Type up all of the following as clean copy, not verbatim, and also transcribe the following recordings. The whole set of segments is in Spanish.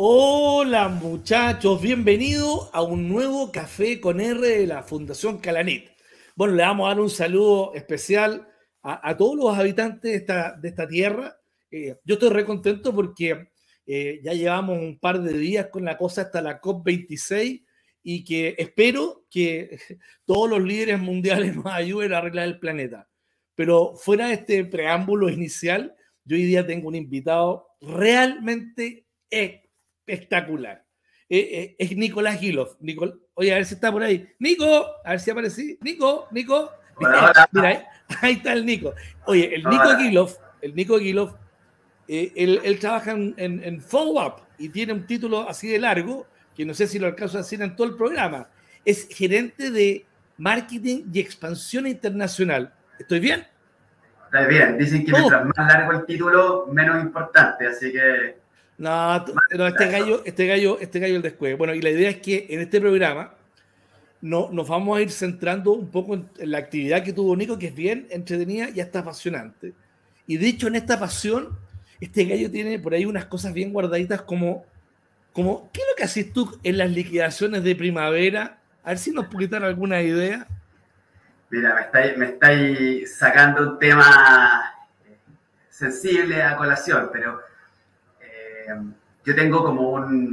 Hola muchachos, bienvenidos a un nuevo Café con R de la Fundación Calanet. Bueno, le vamos a dar un saludo especial a todos los habitantes de esta tierra. Yo estoy re contento porque ya llevamos un par de días con la cosa hasta la COP26 y que espero que todos los líderes mundiales nos ayuden a arreglar el planeta. Pero fuera de este preámbulo inicial, yo hoy día tengo un invitado realmente espectacular. Es Nicolás Gilov. Oye, a ver si está por ahí. Nico, a ver si aparecí. Nico. Hola, Mira, hola. ahí está el Nico. Oye, Hola. El Nico Gilov, él trabaja en follow-up y tiene un título así de largo, que no sé si lo alcanzo a decir en todo el programa. Es gerente de marketing y expansión internacional. ¿Estoy bien? Está bien, dicen que mientras Oh, más largo el título, menos importante, así que no, más no, eso. este gallo el descueve. Bueno, y la idea es que en este programa nos vamos a ir centrando un poco en la actividad que tuvo Nico, que es bien entretenida y hasta apasionante. Y de hecho, en esta pasión, este gallo tiene por ahí unas cosas bien guardaditas como ¿qué es lo que haces tú en las liquidaciones de primavera? A ver si nos puede dar alguna idea. Mira, me estáis sacando un tema sensible a colación, pero eh, yo tengo como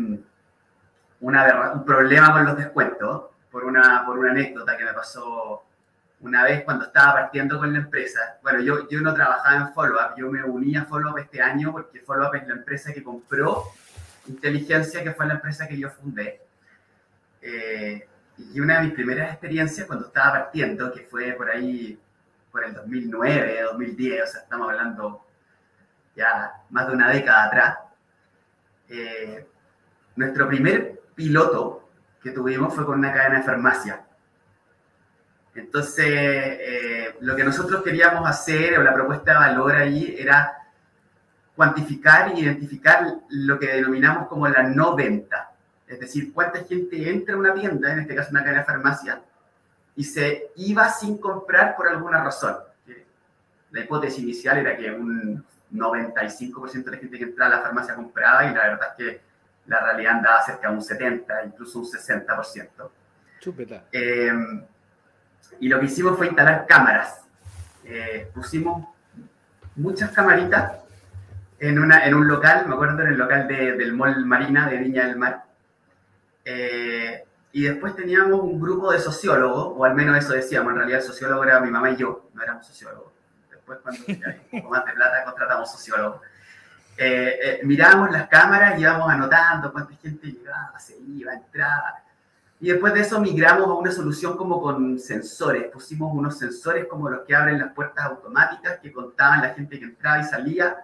un problema con los descuentos por una anécdota que me pasó una vez cuando estaba partiendo con la empresa. Bueno, yo no trabajaba en Follow-up, yo me uní a Follow-up este año porque Follow-up es la empresa que compró Inteligencia, que fue la empresa que yo fundé. Y una de mis primeras experiencias cuando estaba partiendo, que fue por ahí, por el 2009, 2010, o sea, estamos hablando ya más de una década atrás, eh, nuestro primer piloto que tuvimos fue con una cadena de farmacia. Entonces, lo que nosotros queríamos hacer, o la propuesta de valor ahí, era cuantificar e identificar lo que denominamos como la no venta. Es decir, cuánta gente entra a una tienda, en este caso una cadena de farmacia, y se iba sin comprar por alguna razón. La hipótesis inicial era que un 95% de la gente que entraba a la farmacia compraba, y la verdad es que la realidad andaba cerca de un 70%, incluso un 60%. Chúpeta. Eh, y lo que hicimos fue instalar cámaras. Pusimos muchas camaritas en un local, me acuerdo, en el local del Mall Marina de Viña del Mar. Y después teníamos un grupo de sociólogos, o al menos eso decíamos, en realidad el sociólogo era mi mamá y yo, no éramos sociólogos. Después cuando ya hay un poco más de plata contratamos sociólogos. Mirábamos las cámaras y íbamos anotando cuánta gente llegaba, se iba, entraba. Y después de eso migramos a una solución como con sensores. Pusimos unos sensores como los que abren las puertas automáticas que contaban la gente que entraba y salía.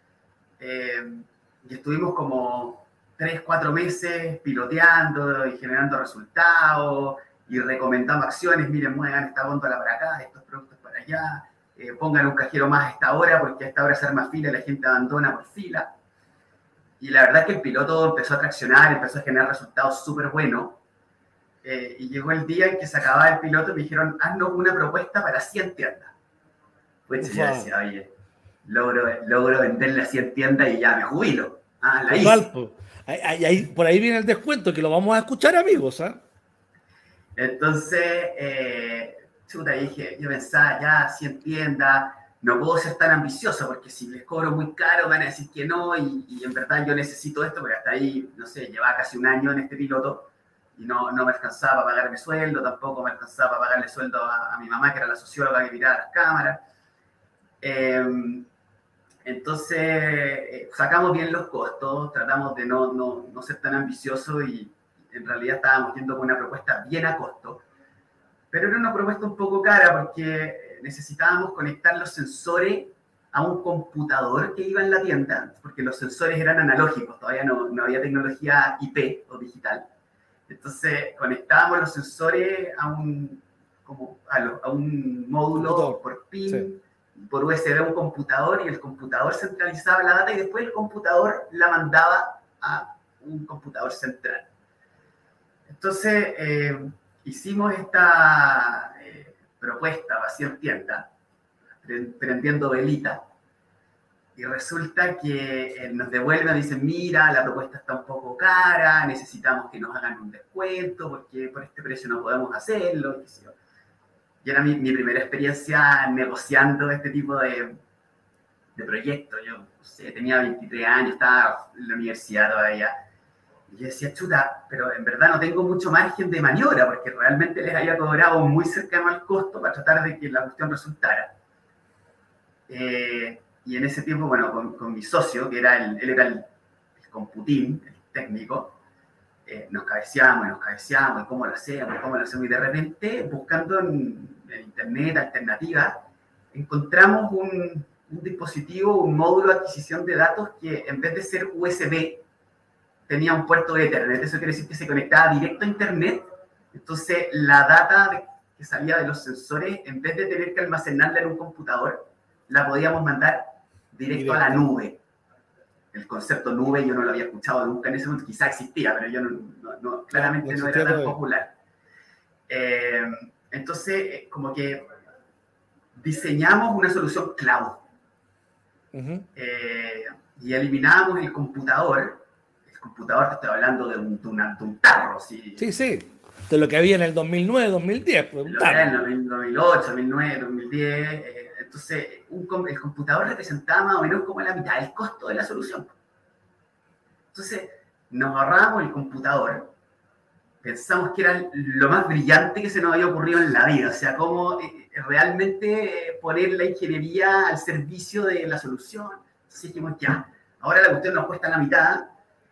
Y estuvimos como 3, 4 meses piloteando y generando resultados y recomendando acciones. Miren, muevan esta góndola para acá, estos productos para allá. Pongan un cajero más a esta hora porque a esta hora se arma fila y la gente abandona por fila. Y la verdad es que el piloto empezó a traccionar, empezó a generar resultados súper buenos. Y llegó el día en que se acababa el piloto y me dijeron, haznos una propuesta para 100 tiendas. Pues yo Ufa. decía, oye, logro venderle a 100 tiendas y ya me jubilo. Ah, la Total, hice. pues. Por ahí viene el descuento, que lo vamos a escuchar, amigos. ¿Ah? Entonces, chuta, dije, yo pensaba, ya 100 tiendas, no puedo ser tan ambicioso porque si les cobro muy caro van a decir que no y en verdad yo necesito esto porque hasta ahí, no sé, llevaba casi un año en este piloto y no me alcanzaba para pagar mi sueldo, tampoco me alcanzaba para pagarle sueldo a mi mamá, que era la socióloga que miraba las cámaras. Entonces, sacamos bien los costos, tratamos de no ser tan ambiciosos y en realidad estábamos yendo con una propuesta bien a costo, pero era una propuesta un poco cara porque necesitábamos conectar los sensores a un computador que iba en la tienda, porque los sensores eran analógicos, todavía no había tecnología IP o digital. Entonces, conectábamos los sensores a un módulo Computador. por Sí. PIN, por USB a un computador y el computador centralizaba la data y después el computador la mandaba a un computador central. Entonces, hicimos esta propuesta, vacía en tienda, prendiendo velita, Y resulta que nos devuelven, dicen, mira, la propuesta está un poco cara, necesitamos que nos hagan un descuento, porque por este precio no podemos hacerlo. Y era mi primera experiencia negociando este tipo de proyectos. Yo no sé, tenía 23 años, estaba en la universidad todavía. Y yo decía, chuta, pero en verdad no tengo mucho margen de maniobra, porque realmente les había cobrado muy cercano al costo para tratar de que la cuestión resultara. Y en ese tiempo, bueno, con mi socio, que era él era el computín, el técnico, nos cabeceábamos, y cómo lo hacemos, y de repente, buscando en internet alternativas, encontramos un dispositivo, un módulo de adquisición de datos que en vez de ser USB, tenía un puerto de Ethernet. Eso quiere decir que se conectaba directo a internet. Entonces, la data que salía de los sensores, en vez de tener que almacenarla en un computador, la podíamos mandar directo a la nube. El concepto nube yo no lo había escuchado nunca en ese momento, quizá existía, pero yo claramente no era tan popular. Entonces, como que diseñamos una solución cloud. Y eliminábamos el computador. El computador, te estoy hablando de un tarro. ¿Sí? Sí. De lo que había en el 2009, 2010. Pues, lo que era en el 2008, 2009, 2010. Entonces, el computador representaba más o menos como la mitad del costo de la solución. Entonces, nos ahorramos el computador. Pensamos que era lo más brillante que se nos había ocurrido en la vida. O sea, cómo realmente poner la ingeniería al servicio de la solución. Entonces dijimos, ya, ahora la cuestión nos cuesta la mitad.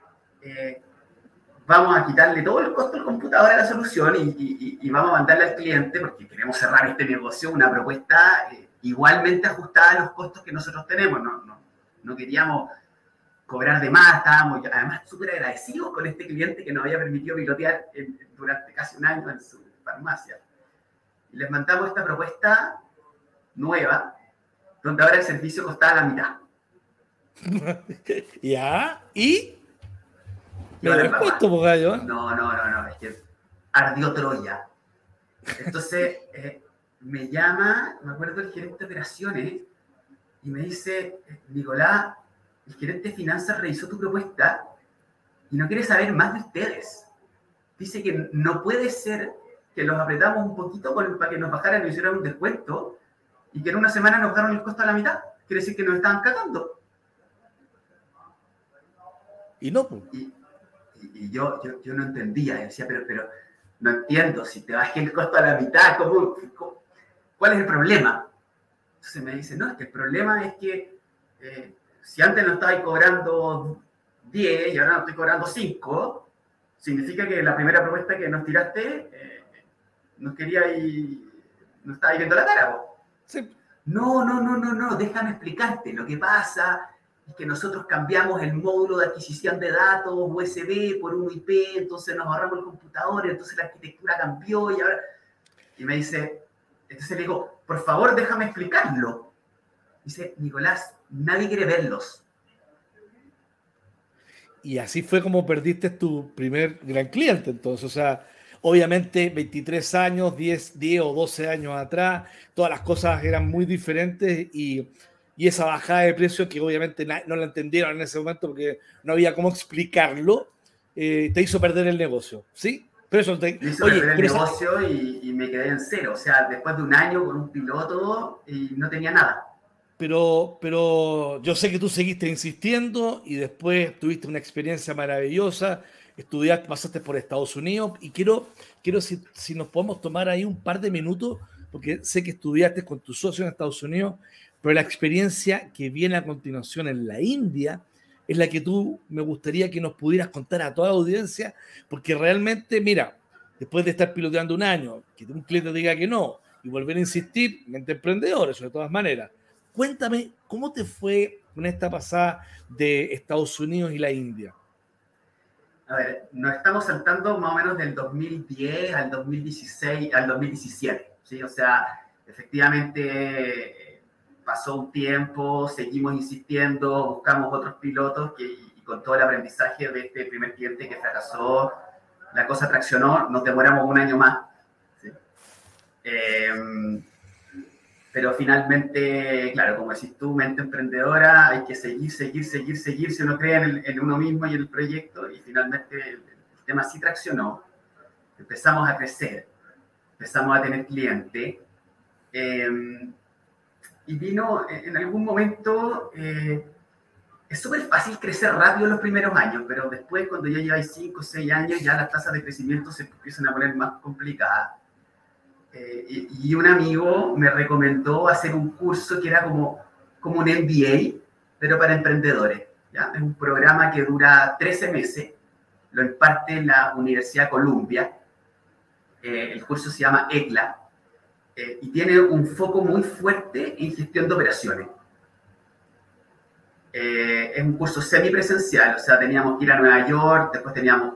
Vamos a quitarle todo el costo al computador a la solución y vamos a mandarle al cliente, porque queremos cerrar este negocio, una propuesta igualmente ajustada a los costos que nosotros tenemos. No queríamos cobrar de más, estábamos además súper agradecidos con este cliente que nos había permitido pilotear durante casi un año en su farmacia. Y les mandamos esta propuesta nueva, donde ahora el servicio costaba la mitad. ¿Ya? ¿Y? No, es que ardió Troya. Entonces, me llama, me acuerdo, el gerente de operaciones y me dice, Nicolás, el gerente de finanzas revisó tu propuesta y no quiere saber más de ustedes. Dice que no puede ser que los apretamos un poquito para que nos bajaran y nos hicieran un descuento y que en una semana nos bajaron el costo a la mitad. Quiere decir que nos estaban cagando. Y no, pues. Y yo no entendía, decía, pero no entiendo, si te bajé el costo a la mitad, ¿cuál es el problema? Entonces me dice, no, es que el problema es que si antes no estabais cobrando 10 y ahora no estoy cobrando 5, significa que la primera propuesta que nos tiraste nos estabais viendo la cara, vos. Sí. No, déjame explicarte. Lo que pasa es que nosotros cambiamos el módulo de adquisición de datos USB por un IP, entonces nos ahorramos el computador, entonces la arquitectura cambió y ahora... Y me dice, entonces le digo, por favor, déjame explicarlo. Dice, Nicolás, nadie quiere verlos. Y así fue como perdiste tu primer gran cliente, entonces, o sea, obviamente 23 años, 10 o 12 años atrás, todas las cosas eran muy diferentes y esa bajada de precio que obviamente no la entendieron en ese momento porque no había cómo explicarlo, te hizo perder el negocio, ¿sí? Pero eso me hizo perder el negocio y me quedé en cero, o sea, después de un año con un piloto y no tenía nada. Pero yo sé que tú seguiste insistiendo y después tuviste una experiencia maravillosa, estudiaste, pasaste por Estados Unidos y quiero si nos podemos tomar ahí un par de minutos, porque sé que estudiaste con tu socio en Estados Unidos, pero la experiencia que viene a continuación en la India es la que tú me gustaría que nos pudieras contar a toda la audiencia, porque realmente, mira, después de estar piloteando un año, que un cliente diga que no y volver a insistir, mente emprendedora, eso de todas maneras. Cuéntame, ¿cómo te fue con esta pasada de Estados Unidos y la India? A ver, nos estamos saltando más o menos del 2010 al 2016, al 2017, ¿sí? O sea, efectivamente pasó un tiempo, seguimos insistiendo, buscamos otros pilotos y con todo el aprendizaje de este primer cliente que fracasó, la cosa traccionó, nos demoramos un año más, ¿sí? Pero finalmente, claro, como decís tú, mente emprendedora, hay que seguir, si uno cree en uno mismo y en el proyecto, y finalmente el tema sí traccionó, empezamos a crecer, empezamos a tener clientes, y vino en algún momento, es súper fácil crecer rápido en los primeros años, pero después cuando ya lleváis 5 o 6 años, ya las tasas de crecimiento se empiezan a poner más complicadas. Y un amigo me recomendó hacer un curso que era como un MBA, pero para emprendedores. ¿Ya? Es un programa que dura 13 meses, lo imparte en la Universidad Columbia. El curso se llama ECLA y tiene un foco muy fuerte en gestión de operaciones. Es un curso semipresencial, o sea, teníamos que ir a Nueva York, después teníamos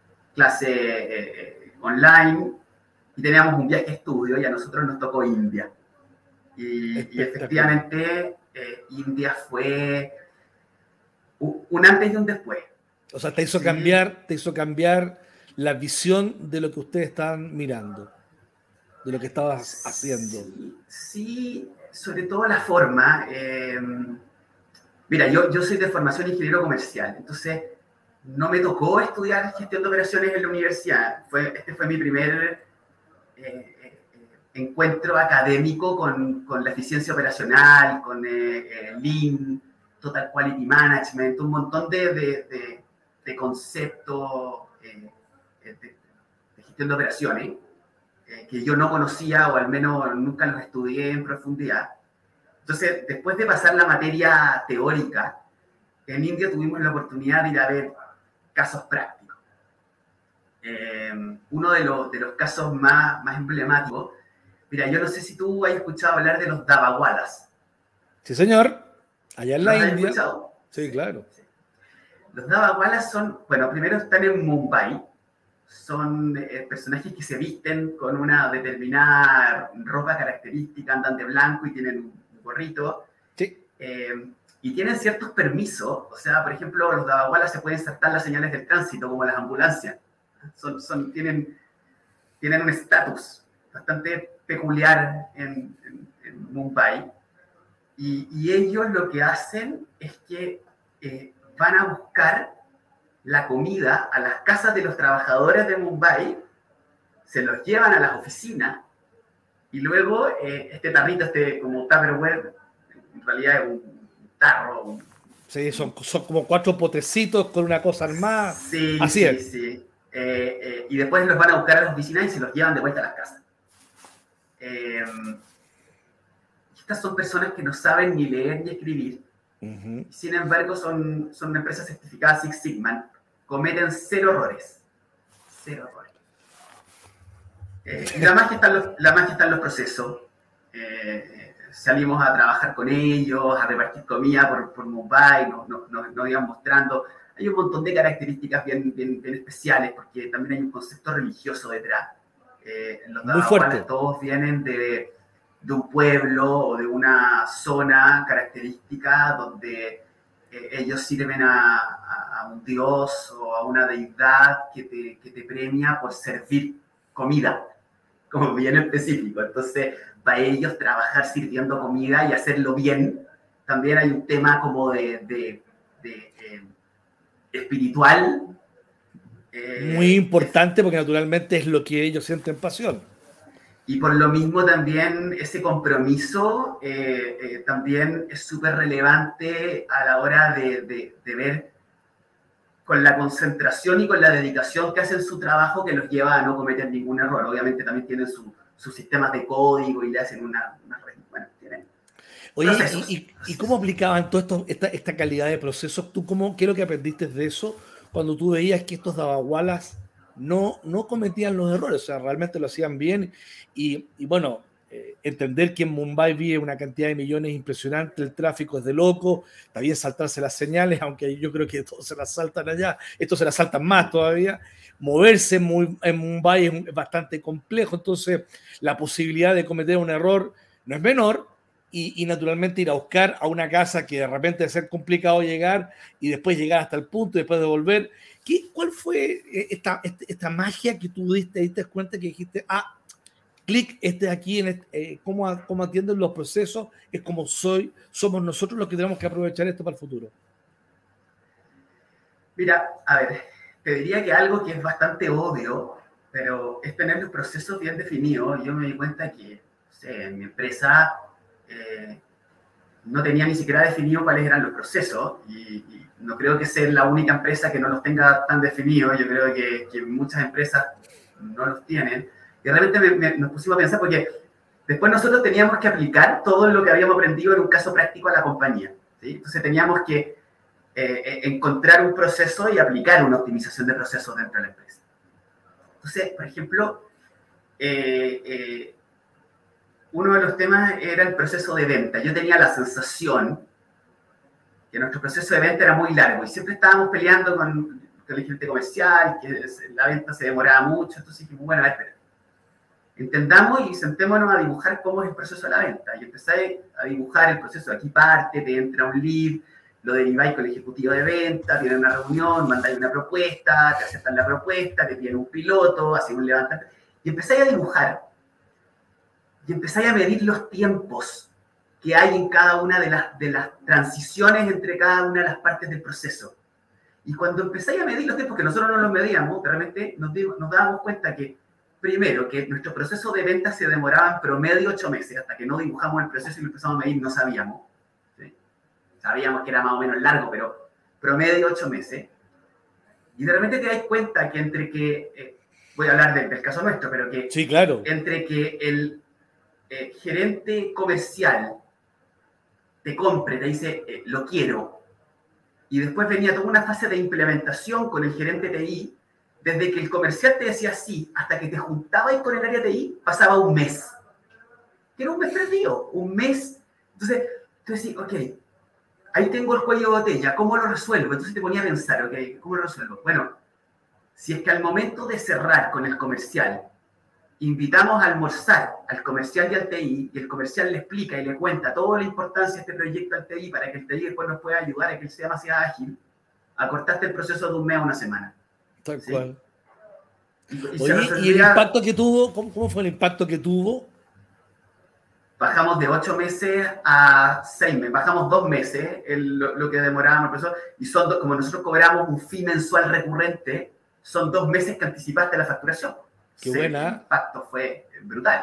clase online, y teníamos un viaje a estudio y a nosotros nos tocó India. Y efectivamente India fue un antes y un después. O sea, te hizo cambiar la visión de lo que ustedes estaban mirando, de lo que estabas haciendo. Sí, sobre todo la forma. Mira, yo soy de formación ingeniero comercial, entonces no me tocó estudiar gestión de operaciones en la universidad. Este fue mi primer encuentro académico con la eficiencia operacional, con Lean, Total Quality Management, un montón de conceptos de gestión de operaciones que yo no conocía o al menos nunca los estudié en profundidad. Entonces, después de pasar la materia teórica, en India tuvimos la oportunidad de ir a ver casos prácticos. Uno de los casos más emblemáticos, mira, yo no sé si tú has escuchado hablar de los Dabawalas. Sí, señor. Allá en la India. ¿Los has escuchado? Sí, claro. Sí. Los Dabawalas son, bueno, primero están en Mumbai, son personajes que se visten con una determinada ropa característica, andan de blanco y tienen un gorrito. Sí. Y tienen ciertos permisos, o sea, por ejemplo, los Dabawalas se pueden saltar las señales del tránsito, como las ambulancias. Tienen un estatus bastante peculiar en Mumbai. Y ellos lo que hacen es que van a buscar la comida a las casas de los trabajadores de Mumbai, se los llevan a las oficinas y luego este tarrito, como Tupperware, en realidad es un tarro. Sí, son como 4 potecitos con una cosa armada. Sí, así sí, es. sí. Y después los van a buscar a las oficinas y se los llevan de vuelta a las casas. Estas son personas que no saben ni leer ni escribir. Uh-huh. Sin embargo, son empresas certificadas Six Sigma. Cometen 0 errores. 0 errores. Y la magia está en los procesos. Salimos a trabajar con ellos, a repartir comida por Mumbai, nos iban mostrando. Hay un montón de características bien especiales, porque también hay un concepto religioso detrás. Los Dabawalas todos vienen de un pueblo o de una zona característica donde ellos sirven a un dios o a una deidad que te premia por servir comida, como bien específico. Entonces, para ellos trabajar sirviendo comida y hacerlo bien, también hay un tema como de espiritual. Muy importante porque naturalmente es lo que ellos sienten pasión. Y por lo mismo también ese compromiso también es súper relevante a la hora de ver con la concentración y con la dedicación que hacen su trabajo, que los lleva a no cometer ningún error. Obviamente también tienen sus sistemas de código y le hacen una bueno, tienen. Oye, ¿y cómo aplicaban todo esta calidad de procesos? ¿Qué es lo que aprendiste de eso cuando tú veías que estos Dabawalas no cometían los errores? O sea, realmente lo hacían bien y bueno, entender que en Mumbai vive una cantidad de millones impresionante, el tráfico es de loco, está bien saltarse las señales, aunque yo creo que todos se las saltan allá, estos se las saltan más todavía. Moverse en Mumbai es bastante complejo, entonces la posibilidad de cometer un error no es menor. Y naturalmente ir a buscar a una casa que de repente debe ser complicado llegar y después llegar hasta el punto y después de volver. ¿Cuál fue esta magia que tú diste cuenta que dijiste, clic, aquí, cómo atienden los procesos, es como somos nosotros los que tenemos que aprovechar esto para el futuro. Mira, a ver, te diría que algo que es bastante obvio, pero es tener los procesos bien definidos. Yo me di cuenta que, no sé, en mi empresa no tenía ni siquiera definido cuáles eran los procesos y no creo que sea la única empresa que no los tenga tan definidos. Yo creo que muchas empresas no los tienen. Y realmente nos pusimos a pensar porque después nosotros teníamos que aplicar todo lo que habíamos aprendido en un caso práctico a la compañía, ¿sí? Entonces teníamos que encontrar un proceso y aplicar una optimización de procesos dentro de la empresa. Entonces, por ejemplo, uno de los temas era el proceso de venta. Yo tenía la sensación que nuestro proceso de venta era muy largo y siempre estábamos peleando con el gerente comercial, que la venta se demoraba mucho. Entonces dijimos, bueno, a ver, entendamos y sentémonos a dibujar cómo es el proceso de la venta. Y empecé a dibujar el proceso. Aquí parte, te entra un lead, lo deriváis con el ejecutivo de venta, tienen una reunión, mandáis una propuesta, te aceptan la propuesta, te piden un piloto, hacen un levantamiento. Y empezáis a dibujar. Y empezáis a medir los tiempos que hay en cada una de las transiciones entre cada una de las partes del proceso. Y cuando empezáis a medir los tiempos, que nosotros no los medíamos, realmente nos dábamos cuenta que, primero, que nuestro proceso de venta se demoraba en promedio 8 meses, hasta que no dibujamos el proceso y lo empezamos a medir, no sabíamos. ¿Sí? Sabíamos que era más o menos largo, pero promedio 8 meses. Y de repente te das cuenta que entre que, voy a hablar del caso nuestro, pero que sí, claro, entre que el gerente comercial te compre, te dice, lo quiero, y después venía toda una fase de implementación con el gerente TI, desde que el comercial te decía sí, hasta que te juntabas con el área TI, pasaba un mes. Que era un mes perdido, un mes. Entonces, tú decís, ok, ahí tengo el cuello de botella, ¿cómo lo resuelvo? Entonces te ponía a pensar, ok, ¿cómo lo resuelvo? Bueno, si es que al momento de cerrar con el comercial, invitamos a almorzar al comercial y al TI, y el comercial le explica y le cuenta toda la importancia de este proyecto al TI para que el TI después nos pueda ayudar a que él sea más ágil, acortaste el proceso de un mes a una semana. Tal ¿sí? cual. Oye, ¿y el impacto que tuvo? ¿Cómo fue el impacto que tuvo? Bajamos de 8 meses a 6 meses, bajamos 2 meses lo que demorábamos el proceso, y son como nosotros cobramos un fee mensual recurrente, son 2 meses que anticipaste la facturación. Qué buena. El impacto fue brutal.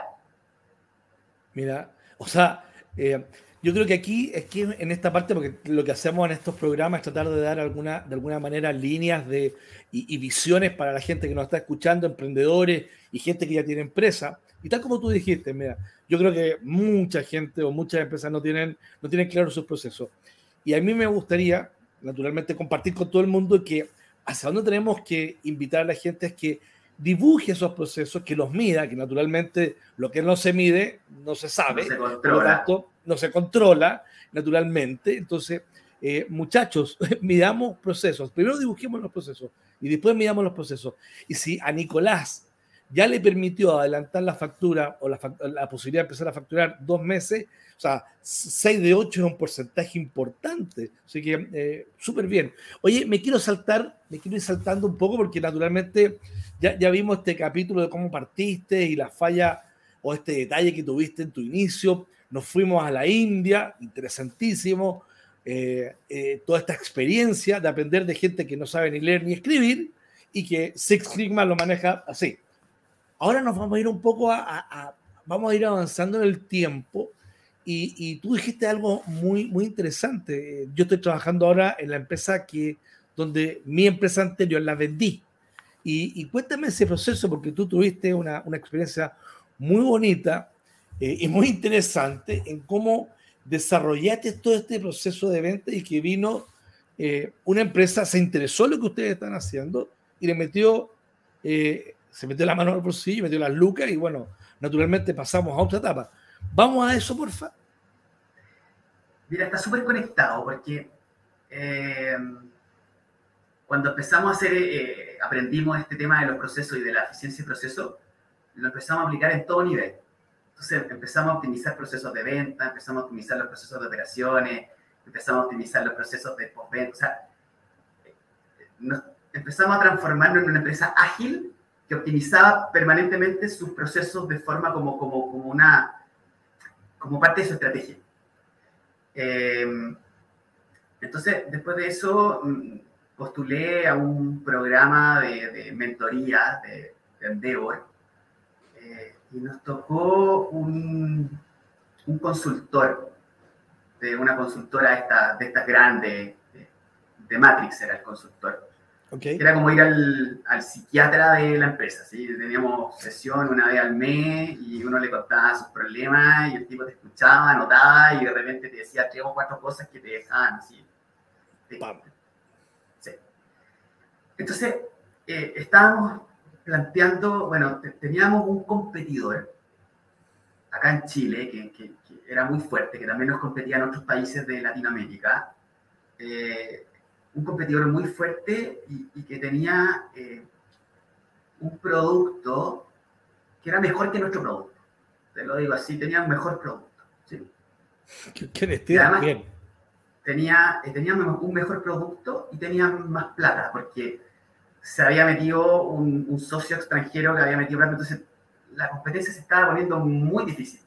Mira, o sea, yo creo que aquí es que en esta parte, porque lo que hacemos en estos programas es tratar de dar de alguna manera líneas y visiones para la gente que nos está escuchando, emprendedores y gente que ya tiene empresa. Y tal como tú dijiste, mira, yo creo que mucha gente o muchas empresas no tienen claro sus procesos. Y a mí me gustaría, naturalmente, compartir con todo el mundo que hacia dónde tenemos que invitar a la gente es que dibuje esos procesos, que los mida, que naturalmente lo que no se mide no se sabe, no se controla. Por lo tanto no se controla naturalmente. Entonces, muchachos, midamos procesos, primero dibujemos los procesos y después midamos los procesos. Y si a Nicolás ya le permitió adelantar la factura o la posibilidad de empezar a facturar 2 meses, o sea, 6 de 8 es un porcentaje importante. Así que súper bien. Oye, me quiero ir saltando un poco porque naturalmente ya vimos este capítulo de cómo partiste y la falla o este detalle que tuviste en tu inicio. Nos fuimos a la India, interesantísimo. Toda esta experiencia de aprender de gente que no sabe ni leer ni escribir y que Six Sigma lo maneja así. Ahora nos vamos a ir un poco vamos a ir avanzando en el tiempo y tú dijiste algo muy, muy interesante. Yo estoy trabajando ahora en la empresa donde mi empresa anterior la vendí. Y cuéntame ese proceso porque tú tuviste una experiencia muy bonita y muy interesante en cómo desarrollaste todo este proceso de venta y que vino una empresa, se interesó en lo que ustedes están haciendo y le metió... se metió la mano al bolsillo, metió las lucas y bueno, naturalmente pasamos a otra etapa. Vamos a eso, porfa. Mira, está súper conectado porque cuando empezamos a hacer, aprendimos este tema de los procesos y de la eficiencia de procesos, lo empezamos a aplicar en todo nivel. Entonces empezamos a optimizar procesos de venta, empezamos a optimizar los procesos de operaciones, empezamos a optimizar los procesos de postventa. O sea, empezamos a transformarnos en una empresa ágil que optimizaba permanentemente sus procesos de forma como parte de su estrategia. Entonces, después de eso, postulé a un programa de mentoría de Endeavor, y nos tocó un consultor de una consultora de estas grandes, de Matrix era el consultor. Okay. Era como ir al psiquiatra de la empresa, ¿sí? Teníamos sesión una vez al mes y uno le contaba sus problemas y el tipo te escuchaba, anotaba y de repente te decía 3 o 4 cosas que te dejaban así. Sí. Entonces, estábamos planteando, bueno, teníamos un competidor acá en Chile que era muy fuerte, que también nos competía en otros países de Latinoamérica. Un competidor muy fuerte y que tenía un producto que era mejor que nuestro producto. Te lo digo así, tenía un mejor producto. ¿Sí? ¿Qué honestidad? Bien. Tenía un mejor producto y tenía más plata, porque se había metido un socio extranjero que había metido plata, entonces la competencia se estaba poniendo muy difícil.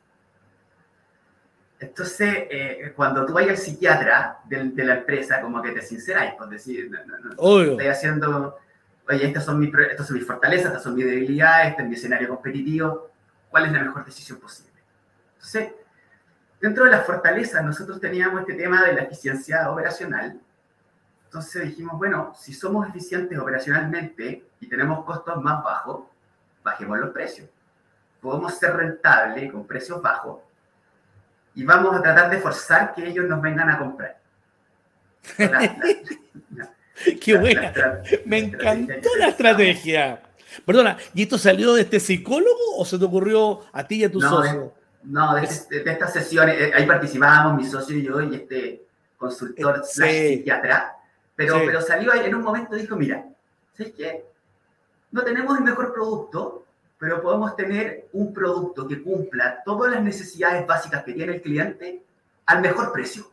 Entonces, cuando tú vayas al psiquiatra de la empresa, como que te sinceráis, pues decir, no estoy haciendo, oye, estas son mis fortalezas, estas son mis debilidades, este es mi escenario competitivo, ¿cuál es la mejor decisión posible? Entonces, dentro de las fortalezas, nosotros teníamos este tema de la eficiencia operacional. Entonces dijimos, bueno, si somos eficientes operacionalmente y tenemos costos más bajos, bajemos los precios. Podemos ser rentables con precios bajos y vamos a tratar de forzar que ellos nos vengan a comprar. ¡Qué buena! Me encantó la estrategia. Perdona, ¿y esto salió de este psicólogo o se te ocurrió a ti y a tu socio? De estas sesiones, ahí participábamos mi socio y yo y este consultor / psiquiatra, pero salió ahí en un momento y dijo, mira, ¿sabes qué? No tenemos el mejor producto, pero podemos tener un producto que cumpla todas las necesidades básicas que tiene el cliente al mejor precio.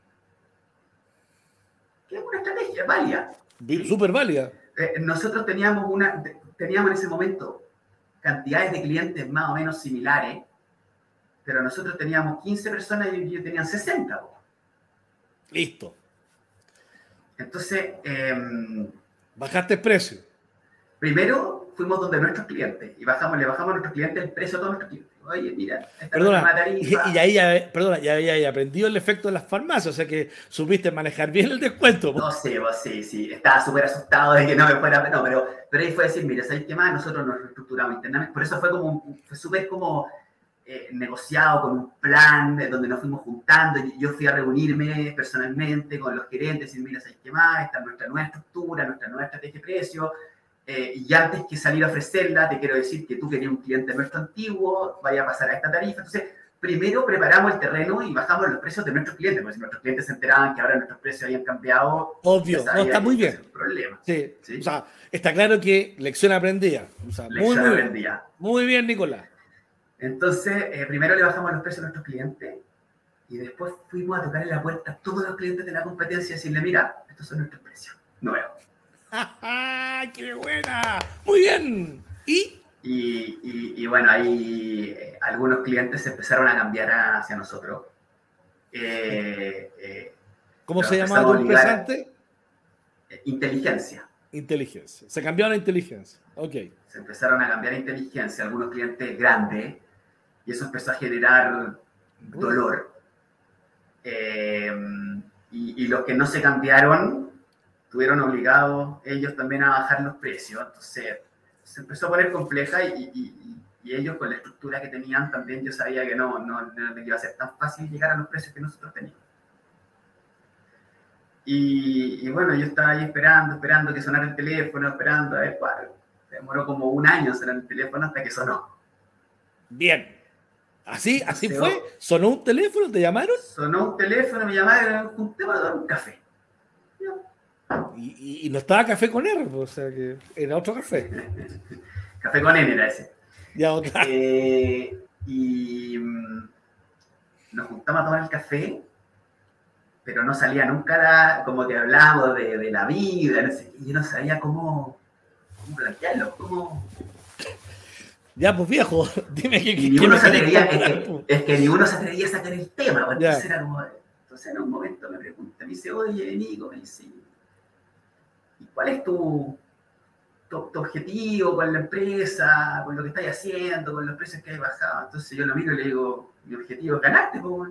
Que es una estrategia válida. Súper válida. Nosotros teníamos en ese momento cantidades de clientes más o menos similares, pero nosotros teníamos 15 personas y ellos tenían 60. Listo. Entonces, bajaste el precio. Primero fuimos donde nuestros clientes y le bajamos a nuestros clientes el precio a todos nuestros clientes. Oye, mira, perdona, y ahí ya aprendido el efecto de las farmacias, o sea que supiste manejar bien el descuento. No sé, sí, estaba súper asustado de que no me fuera, no, pero ahí fue decir, mira, ¿sabes qué más? Nosotros nos reestructuramos internamente, por eso fue súper como negociado con un plan donde nos fuimos juntando y yo fui a reunirme personalmente con los gerentes y decir, mira, ¿sabes qué más? Esta es nuestra nueva estructura, nuestra nueva estrategia de precio. Y antes que salir a ofrecerla, te quiero decir que tú querías un cliente nuestro antiguo, vaya a pasar a esta tarifa. Entonces, primero preparamos el terreno y bajamos los precios de nuestros clientes, porque si nuestros clientes se enteraban que ahora nuestros precios habían cambiado, obvio, no, está muy bien. Un problema. Sí. O sea, está claro que lección aprendida. O sea, lección aprendida. Muy bien, Nicolás. Entonces, primero le bajamos los precios a nuestros clientes y después fuimos a tocar en la puerta a todos los clientes de la competencia y decirle, mira, estos son nuestros precios nuevos. ¡Qué buena! Muy bien. Y bueno, ahí algunos clientes se empezaron a cambiar hacia nosotros. ¿Cómo se llamaba tu empresa antes? Inteligencia. Inteligencia. Se cambiaron a inteligencia. Ok. Se empezaron a cambiar a inteligencia algunos clientes grandes y eso empezó a generar dolor. Y los que no se cambiaron tuvieron obligados ellos también a bajar los precios. Entonces se empezó a poner compleja y ellos con la estructura que tenían también yo sabía que no iba a ser tan fácil llegar a los precios que nosotros teníamos. Y bueno, yo estaba ahí esperando que sonara el teléfono, esperando a ver cuál. Demoró como un año sonar el teléfono hasta que sonó. Bien. ¿Así fue? ¿Sonó un teléfono? ¿Te llamaron? Sonó un teléfono, me llamaron, junté para tomar un café. Y no estaba Café con R, o sea que era otro café. Café con N era ese. Ya, otra. Y nos juntamos a tomar el café, pero no salía nunca como que hablábamos de la vida, no sé, y yo no sabía cómo cómo plantearlo, cómo... Ya, pues viejo, dime que ni uno se atrevía, comprar, es que ni uno se atrevía a sacar el tema, pues, ya. entonces era como, entonces en un momento me pregunta, me dice, oye, Nico, me dice, ¿y cuál es tu objetivo con la empresa, con lo que estáis haciendo, con los precios que hay bajado? Entonces yo lo miro y le digo, mi objetivo es ganarte, pues.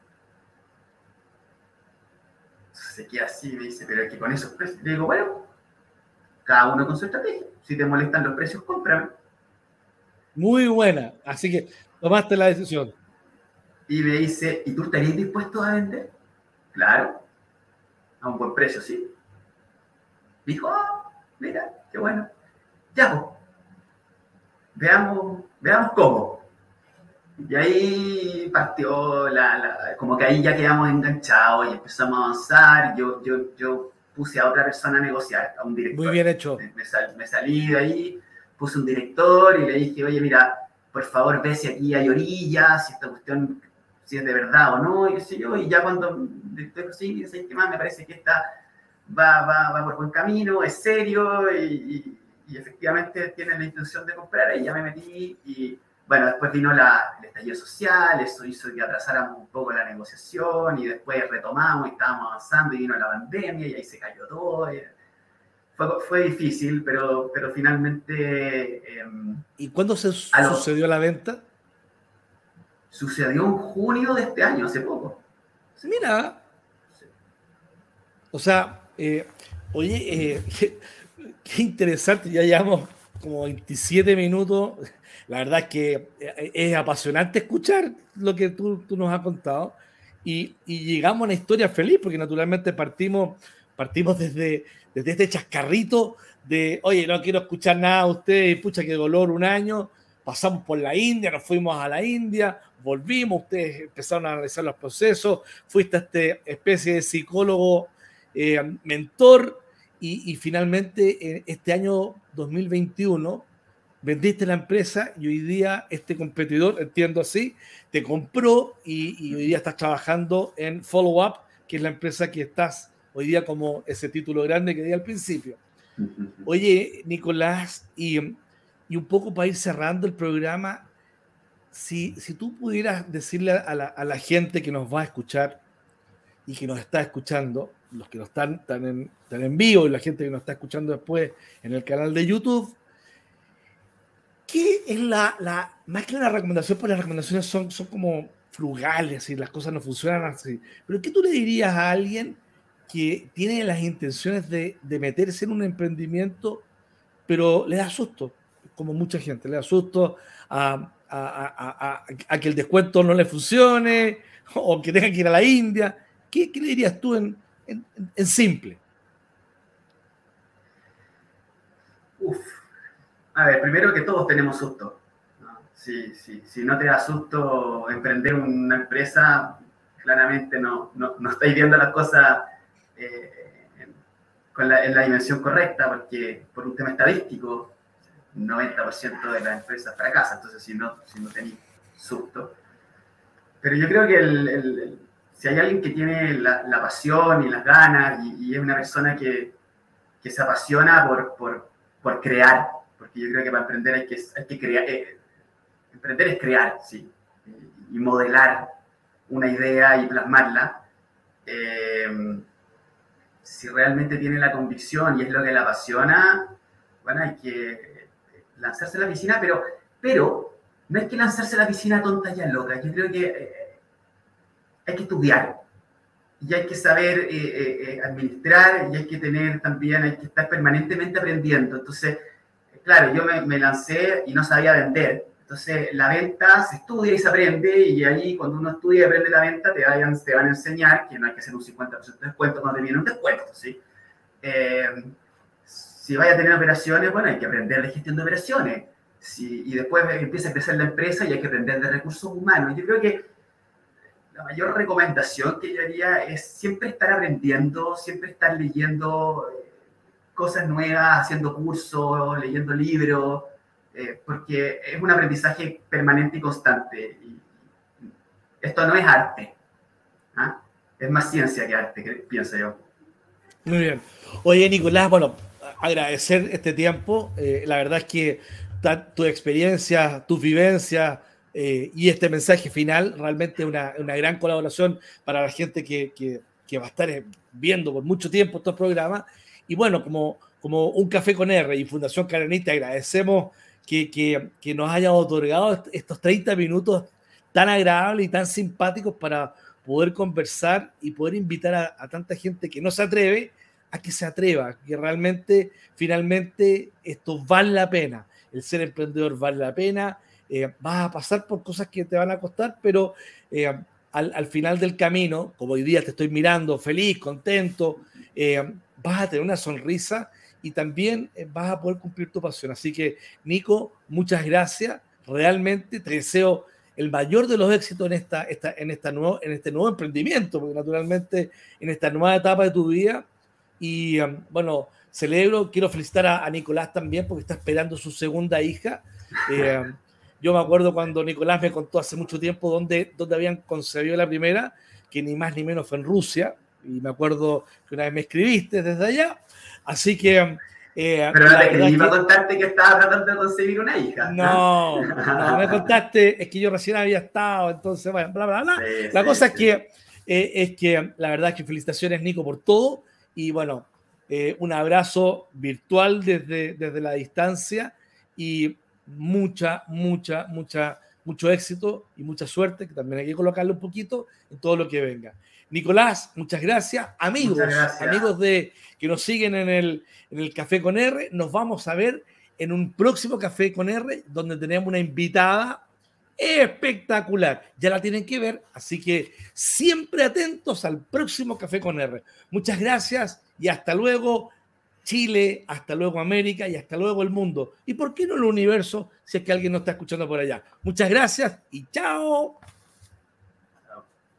Entonces se queda así y me dice, pero es que con esos precios, le digo, bueno, cada uno con su estrategia, si te molestan los precios, cómprame. Muy buena, así que tomaste la decisión. Y me dice, ¿y tú estarías dispuesto a vender? Claro, a un buen precio, sí. Dijo, mira, qué bueno. Ya, pues, veamos cómo. Y ahí partió, como que ahí ya quedamos enganchados y empezamos a avanzar. Yo puse a otra persona a negociar, a un Muy director. bien hecho. Me salí de ahí, puse un director y le dije, oye, mira, por favor, ve si aquí hay orillas, si esta cuestión, si es de verdad o no, y qué sé yo. Y ya cuando el director sí, ¿sabes qué más? Me parece que esta va por buen camino, es serio y efectivamente tiene la intención de comprar. Y ya me metí y bueno, después vino el estallido social, eso hizo que atrasáramos un poco la negociación y después retomamos y estábamos avanzando y vino la pandemia y ahí se cayó todo. Fue difícil, pero finalmente... ¿Y cuándo se sucedió la venta? Sucedió en junio de este año, hace poco. Mira, Sí. o sea, oye, qué interesante, ya llevamos como 27 minutos. La verdad es que es apasionante escuchar lo que tú nos has contado y llegamos a una historia feliz, porque naturalmente partimos desde este chascarrito de, oye, no quiero escuchar nada de ustedes, pucha, qué dolor, un año. Pasamos por la India, nos fuimos a la India, volvimos, ustedes empezaron a analizar los procesos, fuiste a esta especie de psicólogo mentor y finalmente este año 2021 vendiste la empresa y hoy día este competidor, entiendo así, te compró y hoy día estás trabajando en Follow Up, que es la empresa que estás hoy día como ese título grande que di al principio. Oye, Nicolás, y un poco para ir cerrando el programa, si tú pudieras decirle a la gente que nos va a escuchar y que nos está escuchando, los que nos están tan en vivo y la gente que nos está escuchando después en el canal de YouTube, ¿qué es más que una recomendación? Porque las recomendaciones son como frugales y las cosas no funcionan así. Pero ¿qué tú le dirías a alguien que tiene las intenciones de meterse en un emprendimiento, pero le da susto, como mucha gente, le da susto a que el descuento no le funcione o que tenga que ir a la India? ¿Qué le dirías tú en simple? Uf. A ver, primero que todos tenemos susto, ¿no? Si no te da susto emprender una empresa, claramente no estáis viendo las cosas en la dimensión correcta, porque por un tema estadístico, 90% de las empresas fracasan, entonces si no tenéis susto. Pero yo creo que si hay alguien que tiene la pasión y las ganas y es una persona que se apasiona por crear, porque yo creo que para emprender hay que crear, emprender es crear, sí, y modelar una idea y plasmarla. Si realmente tiene la convicción y es lo que le apasiona, bueno, hay que lanzarse a la piscina, pero no hay que lanzarse a la piscina tonta y loca. Yo creo que hay que estudiar y hay que saber administrar y hay que tener también, hay que estar permanentemente aprendiendo. Entonces, claro, yo me lancé y no sabía vender. Entonces, la venta se estudia y se aprende y ahí cuando uno estudia y aprende la venta te van a enseñar que no hay que hacer un 50% de descuento cuando te viene un descuento, ¿sí? Si vaya a tener operaciones, bueno, hay que aprender de gestión de operaciones. Y después empieza a crecer la empresa y hay que aprender de recursos humanos. Yo creo que la mayor recomendación que yo haría es siempre estar aprendiendo, siempre estar leyendo cosas nuevas, haciendo cursos, leyendo libros, porque es un aprendizaje permanente y constante. Y esto no es arte, ¿ah? Es más ciencia que arte, pienso yo. Muy bien. Oye, Nicolás, bueno, agradecer este tiempo. La verdad es que tu experiencia, tus vivencias y este mensaje final realmente es una gran colaboración para la gente que va a estar viendo por mucho tiempo estos programas. Y bueno, como un Café con R y Fundación Calanit, te agradecemos que nos hayas otorgado estos 30 minutos tan agradables y tan simpáticos para poder conversar y poder invitar a tanta gente que no se atreve a que se atreva, que realmente, finalmente, esto vale la pena. El ser emprendedor vale la pena. Vas a pasar por cosas que te van a costar, pero al final del camino, como hoy día te estoy mirando feliz, contento, vas a tener una sonrisa y también vas a poder cumplir tu pasión. Así que, Nico, muchas gracias. Realmente te deseo el mayor de los éxitos en este nuevo emprendimiento, porque naturalmente en esta nueva etapa de tu vida. Y bueno, quiero felicitar a Nicolás también porque está esperando su segunda hija. Yo me acuerdo cuando Nicolás me contó hace mucho tiempo dónde habían concebido la primera, que ni más ni menos fue en Rusia. Y me acuerdo que una vez me escribiste desde allá. Así que... pero no te escribí para contarte que estaba tratando de concebir una hija. No, me contaste, es que yo recién había estado, entonces, bueno, bla, bla, bla. Sí, la cosa es que la verdad es que felicitaciones, Nico, por todo. Y bueno, un abrazo virtual desde la distancia y mucho éxito y mucha suerte, que también hay que colocarle un poquito en todo lo que venga. Nicolás, muchas gracias. Amigos que nos siguen en el Café con R, nos vamos a ver en un próximo Café con R, donde tenemos una invitada espectacular. Ya la tienen que ver, así que siempre atentos al próximo Café con R. Muchas gracias y hasta luego Chile, hasta luego América y hasta luego el mundo. ¿Y por qué no el universo si es que alguien nos está escuchando por allá? Muchas gracias y chao.